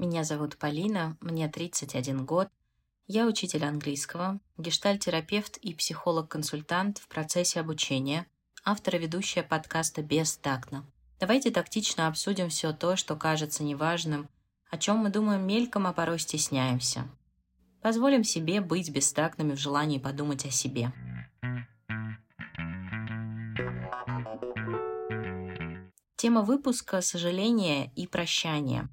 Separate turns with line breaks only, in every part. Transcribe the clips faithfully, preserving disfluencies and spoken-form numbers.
Меня зовут Полина, мне тридцать один год. Я учитель английского, гештальт-терапевт и психолог-консультант в процессе обучения, автор и ведущая подкаста «Бестактно». Давайте тактично обсудим все то, что кажется неважным, о чем мы думаем мельком, а порой стесняемся. Позволим себе быть бестактными в желании подумать о себе. Тема выпуска «Сожаление и прощание».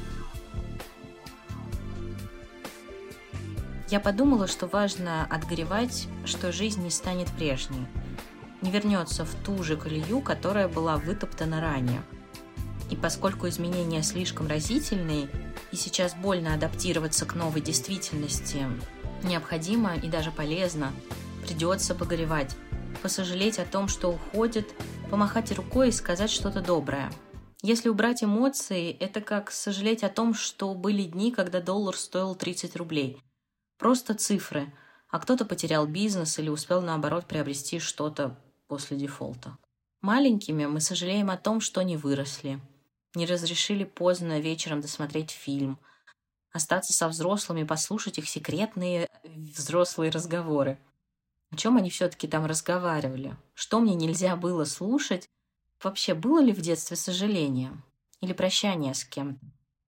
Я подумала, что важно отгоревать, что жизнь не станет прежней, не вернется в ту же колею, которая была вытоптана ранее. И поскольку изменения слишком разительные, и сейчас больно адаптироваться к новой действительности, необходимо и даже полезно, придется погоревать, посожалеть о том, что уходит, помахать рукой и сказать что-то доброе. Если убрать эмоции, это как сожалеть о том, что были дни, когда доллар стоил тридцать рублей. Просто цифры, а кто-то потерял бизнес или успел, наоборот, приобрести что-то после дефолта. Маленькими мы сожалеем о том, что не выросли, не разрешили поздно вечером досмотреть фильм, остаться со взрослыми, послушать их секретные взрослые разговоры. О чем они все-таки там разговаривали? Что мне нельзя было слушать? Вообще, было ли в детстве сожаление? Или прощание с кем-то?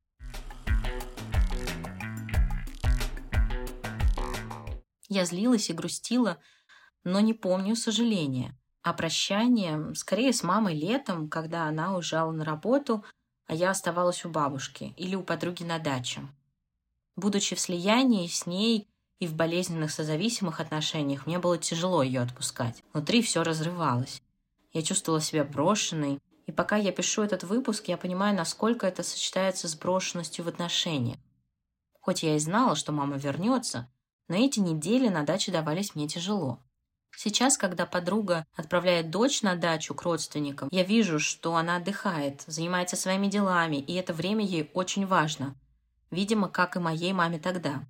Я злилась и грустила, но не помню сожаления. А прощание скорее с мамой летом, когда она уезжала на работу, а я оставалась у бабушки или у подруги на даче. Будучи в слиянии с ней и в болезненных созависимых отношениях, мне было тяжело ее отпускать. Внутри все разрывалось. Я чувствовала себя брошенной, и пока я пишу этот выпуск, я понимаю, насколько это сочетается с брошенностью в отношениях. Хоть я и знала, что мама вернется, но эти недели на даче давались мне тяжело. Сейчас, когда подруга отправляет дочь на дачу к родственникам, я вижу, что она отдыхает, занимается своими делами, и это время ей очень важно. Видимо, как и моей маме тогда.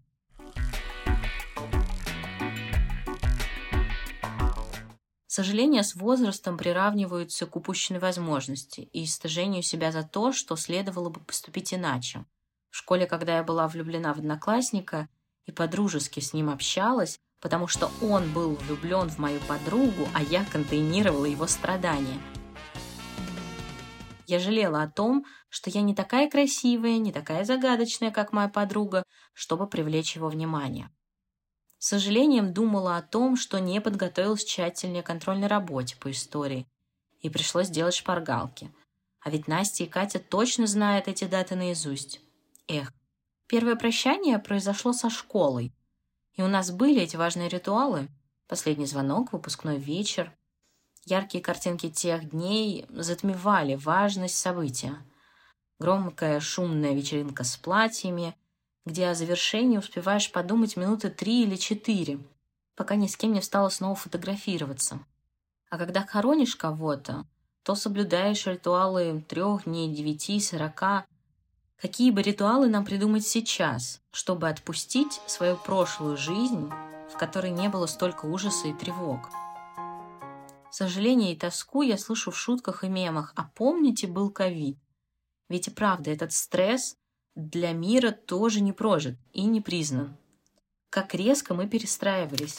Сожаления с возрастом приравниваются к упущенной возможности и стыжению себя за то, что следовало бы поступить иначе. В школе, когда я была влюблена в одноклассника и по-дружески с ним общалась, потому что он был влюблен в мою подругу, а я контейнировала его страдания. Я жалела о том, что я не такая красивая, не такая загадочная, как моя подруга, чтобы привлечь его внимание. С сожалением думала о том, что не подготовилась тщательнее к контрольной работе по истории, и пришлось делать шпаргалки. А ведь Настя и Катя точно знают эти даты наизусть. Эх, первое прощание произошло со школой. И у нас были эти важные ритуалы. Последний звонок, выпускной вечер. Яркие картинки тех дней затмевали важность события. Громкая шумная вечеринка с платьями, где о завершении успеваешь подумать минуты три или четыре, пока ни с кем не встала снова фотографироваться. А когда хоронишь кого-то, то соблюдаешь ритуалы трех дней, девяти, сорока. Какие бы ритуалы нам придумать сейчас, чтобы отпустить свою прошлую жизнь, в которой не было столько ужаса и тревог? Сожаление и тоску я слышу в шутках и мемах. А помните, был ковид? Ведь и правда, этот стресс для мира тоже не прожит и не признан. Как резко мы перестраивались.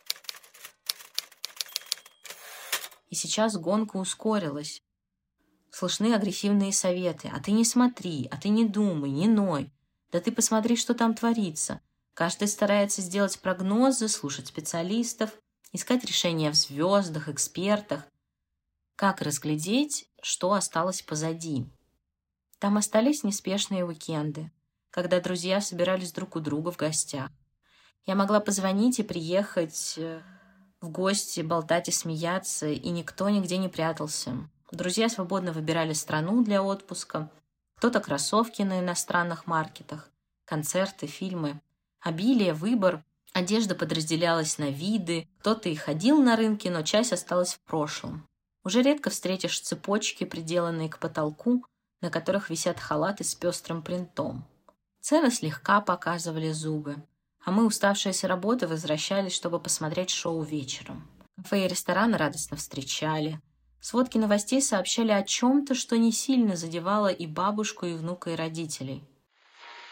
И сейчас гонка ускорилась. Слышны агрессивные советы. А ты не смотри, а ты не думай, не ной. Да ты посмотри, что там творится. Каждый старается сделать прогнозы, слушать специалистов, искать решения в звездах, экспертах. Как разглядеть, что осталось позади? Там остались неспешные уикенды, когда друзья собирались друг у друга в гостях. Я могла позвонить и приехать в гости, болтать и смеяться, и никто нигде не прятался. Друзья свободно выбирали страну для отпуска, кто-то кроссовки на иностранных маркетах, концерты, фильмы. Обилие, выбор, одежда подразделялась на виды, кто-то и ходил на рынке, но часть осталась в прошлом. Уже редко встретишь цепочки, приделанные к потолку, на которых висят халаты с пестрым принтом. Цены слегка показывали зубы, а мы, уставшие с работы, возвращались, чтобы посмотреть шоу вечером. Кафе и рестораны радостно встречали. Сводки новостей сообщали о чем-то, что не сильно задевало и бабушку, и внука, и родителей.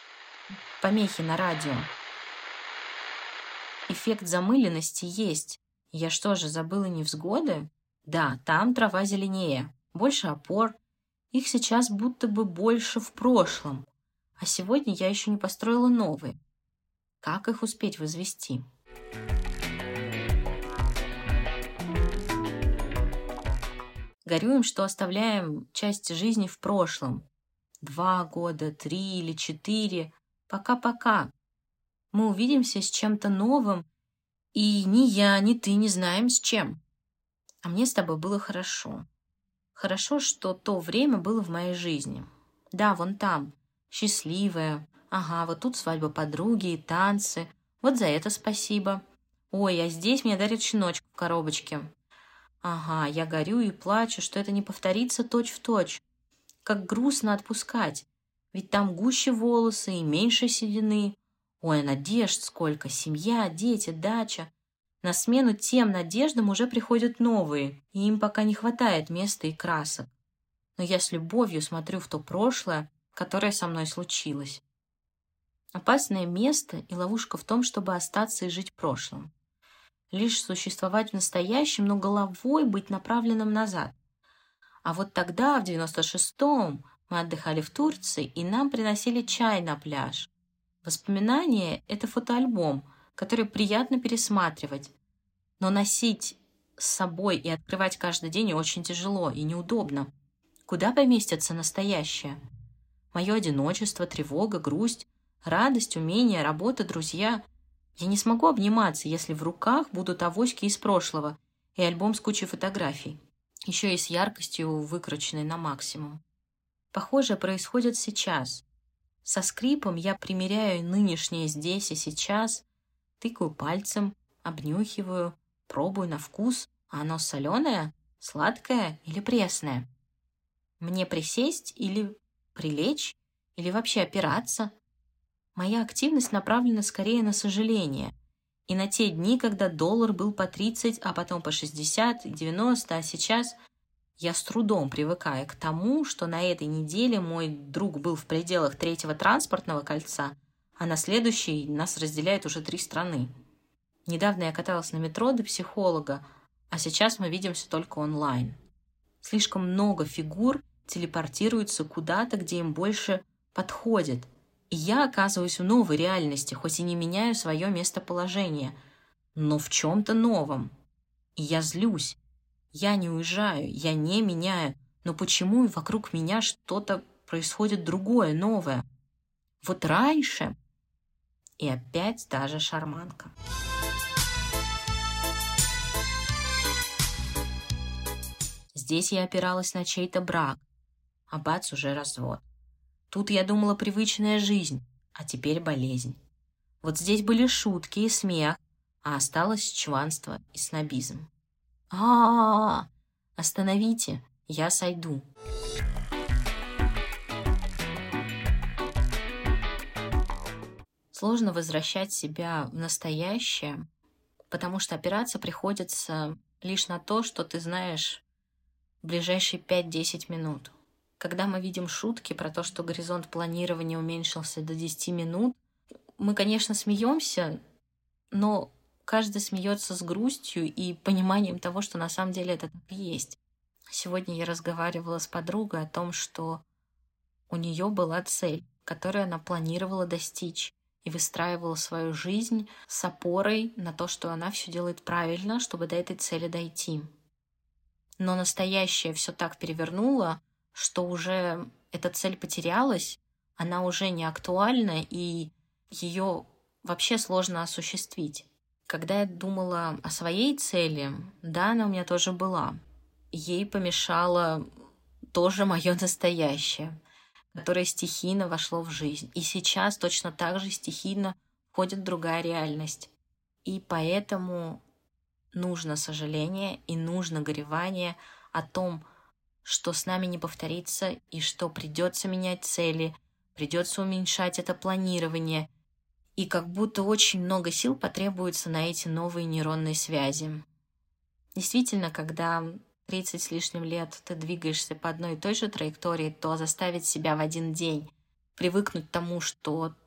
помехи на радио. Эффект замыленности есть. Я что же, забыла невзгоды? Да, там трава зеленее, больше опор. Их сейчас будто бы больше в прошлом. А сегодня я еще не построила новые. Как их успеть возвести? Горюем, что оставляем часть жизни в прошлом. Два года, три или четыре. Пока-пока. Мы увидимся с чем-то новым, и ни я, ни ты не знаем с чем. А мне с тобой было хорошо. Хорошо, что то время было в моей жизни. Да, вон там, счастливая. Ага, вот тут свадьба подруги и танцы. Вот за это спасибо. Ой, а здесь мне дарят щеночка в коробочке. Ага, я горю и плачу, что это не повторится точь-в-точь. Как грустно отпускать. Ведь там гуще волосы и меньше седины. Ой, надежд сколько, семья, дети, дача. На смену тем надеждам уже приходят новые, и им пока не хватает места и красок. Но я с любовью смотрю в то прошлое, которое со мной случилось. Опасное место и ловушка в том, чтобы остаться и жить прошлым. Лишь существовать в настоящем, но головой быть направленным назад. А вот тогда, в девяносто шестом, мы отдыхали в Турции, и нам приносили чай на пляж. Воспоминания — это фотоальбом, который приятно пересматривать. Но носить с собой и открывать каждый день очень тяжело и неудобно. Куда поместится настоящее? Мое одиночество, тревога, грусть, радость, умение, работа, друзья. Я не смогу обниматься, если в руках будут авоськи из прошлого и альбом с кучей фотографий, еще и с яркостью, выкрученной на максимум. Похожее происходит сейчас. Со скрипом я примеряю нынешнее здесь и сейчас, тыкаю пальцем, обнюхиваю, пробую на вкус, а оно соленое, сладкое или пресное. Мне присесть или прилечь, или вообще опираться? Моя активность направлена скорее на сожаление и на те дни, когда доллар был по тридцать, а потом по шестьдесят, девяносто, а сейчас я с трудом привыкаю к тому, что на этой неделе мой друг был в пределах третьего транспортного кольца, а на следующей нас разделяет уже три страны. Недавно я каталась на метро до психолога, а сейчас мы видимся только онлайн. Слишком много фигур телепортируются куда-то, где им больше подходит. И я оказываюсь в новой реальности, хоть и не меняю свое местоположение, но в чем-то новом. И я злюсь. Я не уезжаю, я не меняю, но почему вокруг меня что-то происходит другое, новое? Вот раньше... И опять та же шарманка. Здесь я опиралась на чей-то брак, а бац, уже развод. Тут я думала привычная жизнь, а теперь болезнь. Вот здесь были шутки и смех, а осталось чванство и снобизм. А-а-а! Остановите, я сойду. Сложно возвращать себя в настоящее, потому что опираться приходится лишь на то, что ты знаешь в ближайшие пять-десять минут. Когда мы видим шутки про то, что горизонт планирования уменьшился до десяти минут, мы, конечно, смеемся, но каждый смеется с грустью и пониманием того, что на самом деле это так и есть. Сегодня я разговаривала с подругой о том, что у нее была цель, которую она планировала достичь, и выстраивала свою жизнь с опорой на то, что она все делает правильно, чтобы до этой цели дойти. Но настоящее все так перевернуло, что уже эта цель потерялась, она уже не актуальна, и ее вообще сложно осуществить. Когда я думала о своей цели, да, она у меня тоже была. Ей помешало тоже мое настоящее, которое стихийно вошло в жизнь. И сейчас точно так же стихийно входит другая реальность. И поэтому нужно сожаление и нужно горевание о том, что с нами не повторится и что придется менять цели, придется уменьшать это планирование. И как будто очень много сил потребуется на эти новые нейронные связи. Действительно, когда тридцать с лишним лет ты двигаешься по одной и той же траектории, то заставить себя в один день привыкнуть к тому, что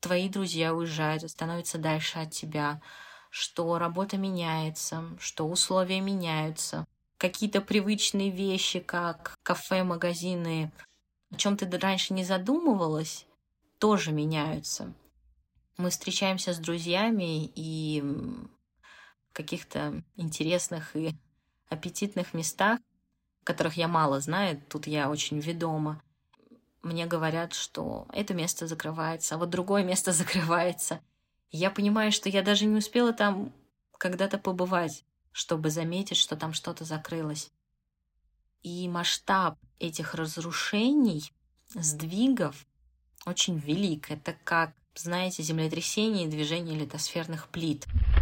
твои друзья уезжают, становятся дальше от тебя, что работа меняется, что условия меняются. Какие-то привычные вещи, как кафе, магазины, о чем ты раньше не задумывалась, тоже меняются. Мы встречаемся с друзьями и в каких-то интересных и аппетитных местах, которых я мало знаю, тут я очень ведома. Мне говорят, что это место закрывается, а вот другое место закрывается. Я понимаю, что я даже не успела там когда-то побывать, чтобы заметить, что там что-то закрылось. И масштаб этих разрушений, сдвигов очень велик. Это как, знаете, землетрясение и движение литосферных плит.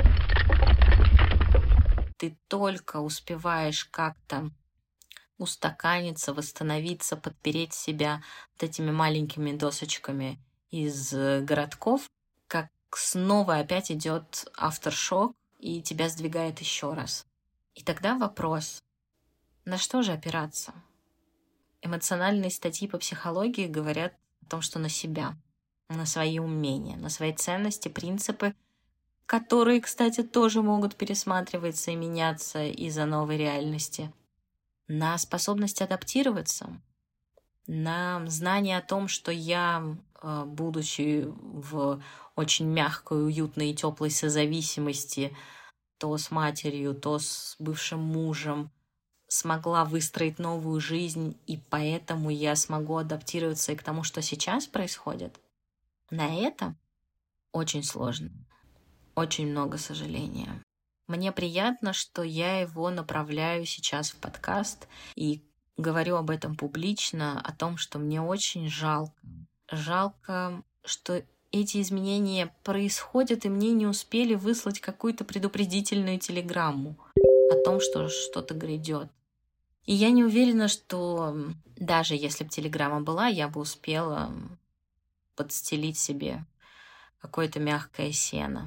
Ты только успеваешь как-то устаканиться, восстановиться, подпереть себя вот этими маленькими досочками из городков, как снова опять идет авторшок и тебя сдвигает еще раз. И тогда вопрос, на что же опираться? Эмоциональные статьи по психологии говорят о том, что на себя, на свои умения, на свои ценности, принципы, которые, кстати, тоже могут пересматриваться и меняться из-за новой реальности, на способность адаптироваться, на знание о том, что я, будучи в очень мягкой, уютной и теплой созависимости, то с матерью, то с бывшим мужем, смогла выстроить новую жизнь, и поэтому я смогу адаптироваться и к тому, что сейчас происходит. На это очень сложно. Очень много сожаления. Мне приятно, что я его направляю сейчас в подкаст и говорю об этом публично, о том, что мне очень жалко. Жалко, что эти изменения происходят, и мне не успели выслать какую-то предупредительную телеграмму о том, что что-то грядет. И я не уверена, что даже если бы телеграмма была, я бы успела подстелить себе какое-то мягкое сено.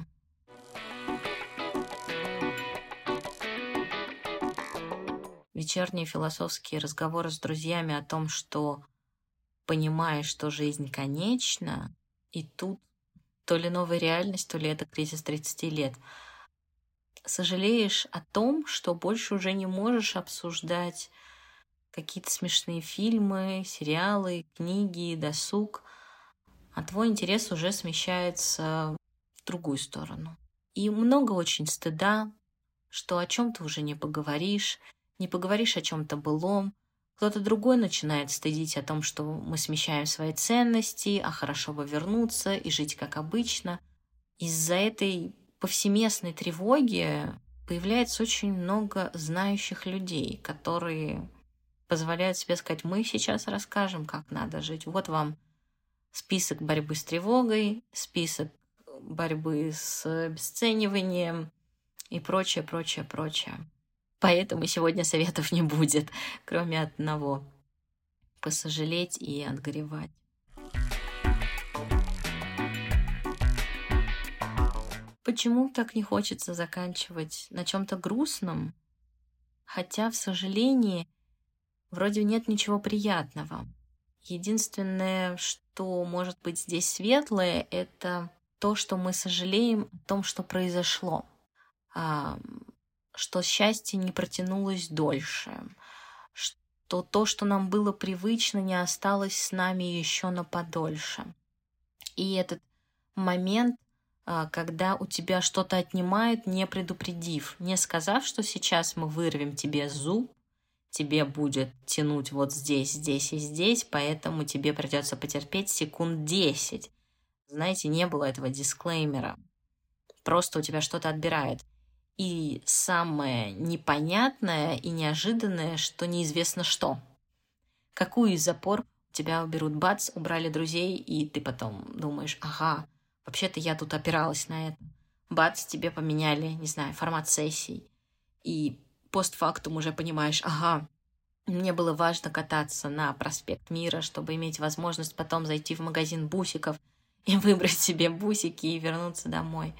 Вечерние философские разговоры с друзьями о том, что понимаешь, что жизнь конечна, и тут то ли новая реальность, то ли это кризис тридцати лет. Сожалеешь о том, что больше уже не можешь обсуждать какие-то смешные фильмы, сериалы, книги, досуг, а твой интерес уже смещается в другую сторону. И много очень стыда, что о чем-то уже не поговоришь, не поговоришь о чем-то былом. Кто-то другой начинает стыдить о том, что мы смещаем свои ценности, а хорошо бы вернуться и жить как обычно. Из-за этой повсеместной тревоги появляется очень много знающих людей, которые позволяют себе сказать: мы сейчас расскажем, как надо жить. Вот вам список борьбы с тревогой, список борьбы с обесцениванием и прочее, прочее, прочее. Поэтому сегодня советов не будет, кроме одного — посожалеть и отгоревать. Почему так не хочется заканчивать на чем-то грустном, хотя в сожалении вроде нет ничего приятного? Единственное, что может быть здесь светлое, это то, что мы сожалеем о том, что произошло, что счастье не протянулось дольше, что то, что нам было привычно, не осталось с нами еще на подольше. И этот момент, когда у тебя что-то отнимают, не предупредив, не сказав, что сейчас мы вырвем тебе зуб, тебе будет тянуть вот здесь, здесь и здесь, поэтому тебе придется потерпеть секунд десять. Знаете, не было этого дисклеймера. Просто у тебя что-то отбирают. И самое непонятное и неожиданное, что неизвестно что. Какую из запор тебя уберут? Бац, убрали друзей, и ты потом думаешь: ага, вообще-то я тут опиралась на это. Бац, тебе поменяли, не знаю, формат сессий. И постфактум уже понимаешь: ага, мне было важно кататься на проспект Мира, чтобы иметь возможность потом зайти в магазин бусиков и выбрать себе бусики и вернуться домой.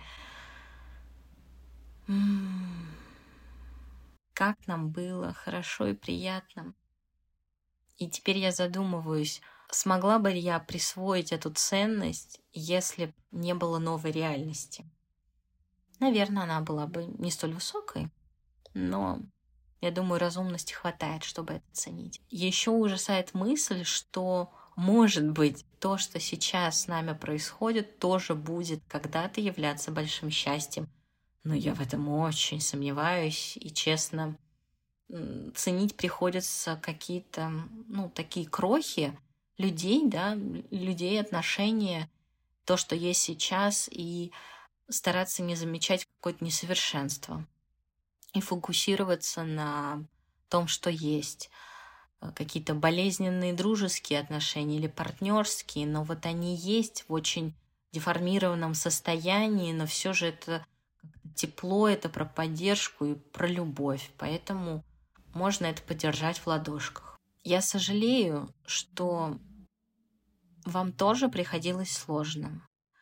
М-м-м. Как нам было хорошо и приятно. И теперь я задумываюсь, смогла бы я присвоить эту ценность, если б не было новой реальности? Наверное, она была бы не столь высокой, но я думаю, разумности хватает, чтобы это ценить. Еще ужасает мысль, что, может быть, то, что сейчас с нами происходит, тоже будет когда-то являться большим счастьем. Но я в этом очень сомневаюсь, и, честно, ценить приходится какие-то, ну, такие крохи людей, да, людей, отношения, то, что есть сейчас, и стараться не замечать какое-то несовершенство и фокусироваться на том, что есть. Какие-то болезненные дружеские отношения или партнерские, но вот они есть в очень деформированном состоянии, но все же это тепло, это про поддержку и про любовь, поэтому можно это подержать в ладошках. Я сожалею, что вам тоже приходилось сложно.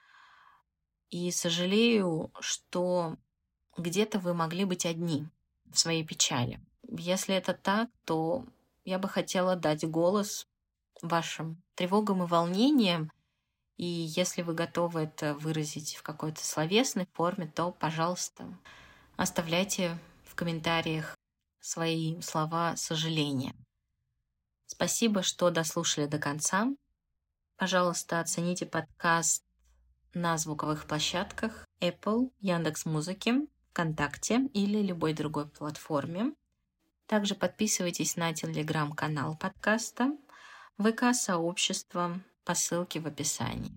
И сожалею, что где-то вы могли быть одни в своей печали. Если это так, то я бы хотела дать голос вашим тревогам и волнениям. И если вы готовы это выразить в какой-то словесной форме, то, пожалуйста, оставляйте в комментариях свои слова сожаления. Спасибо, что дослушали до конца. Пожалуйста, оцените подкаст на звуковых площадках Apple, Яндекс.Музыки, ВКонтакте или любой другой платформе. Также подписывайтесь на телеграм-канал подкаста, ВК-сообщество по ссылке в описании.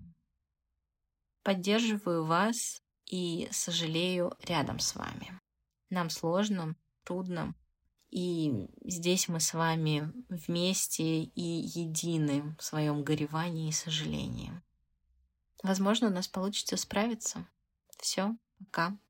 Поддерживаю вас и сожалею рядом с вами. Нам сложно, трудно, и здесь мы с вами вместе и едины в своем горевании и сожалении. Возможно, у нас получится справиться. Все, пока.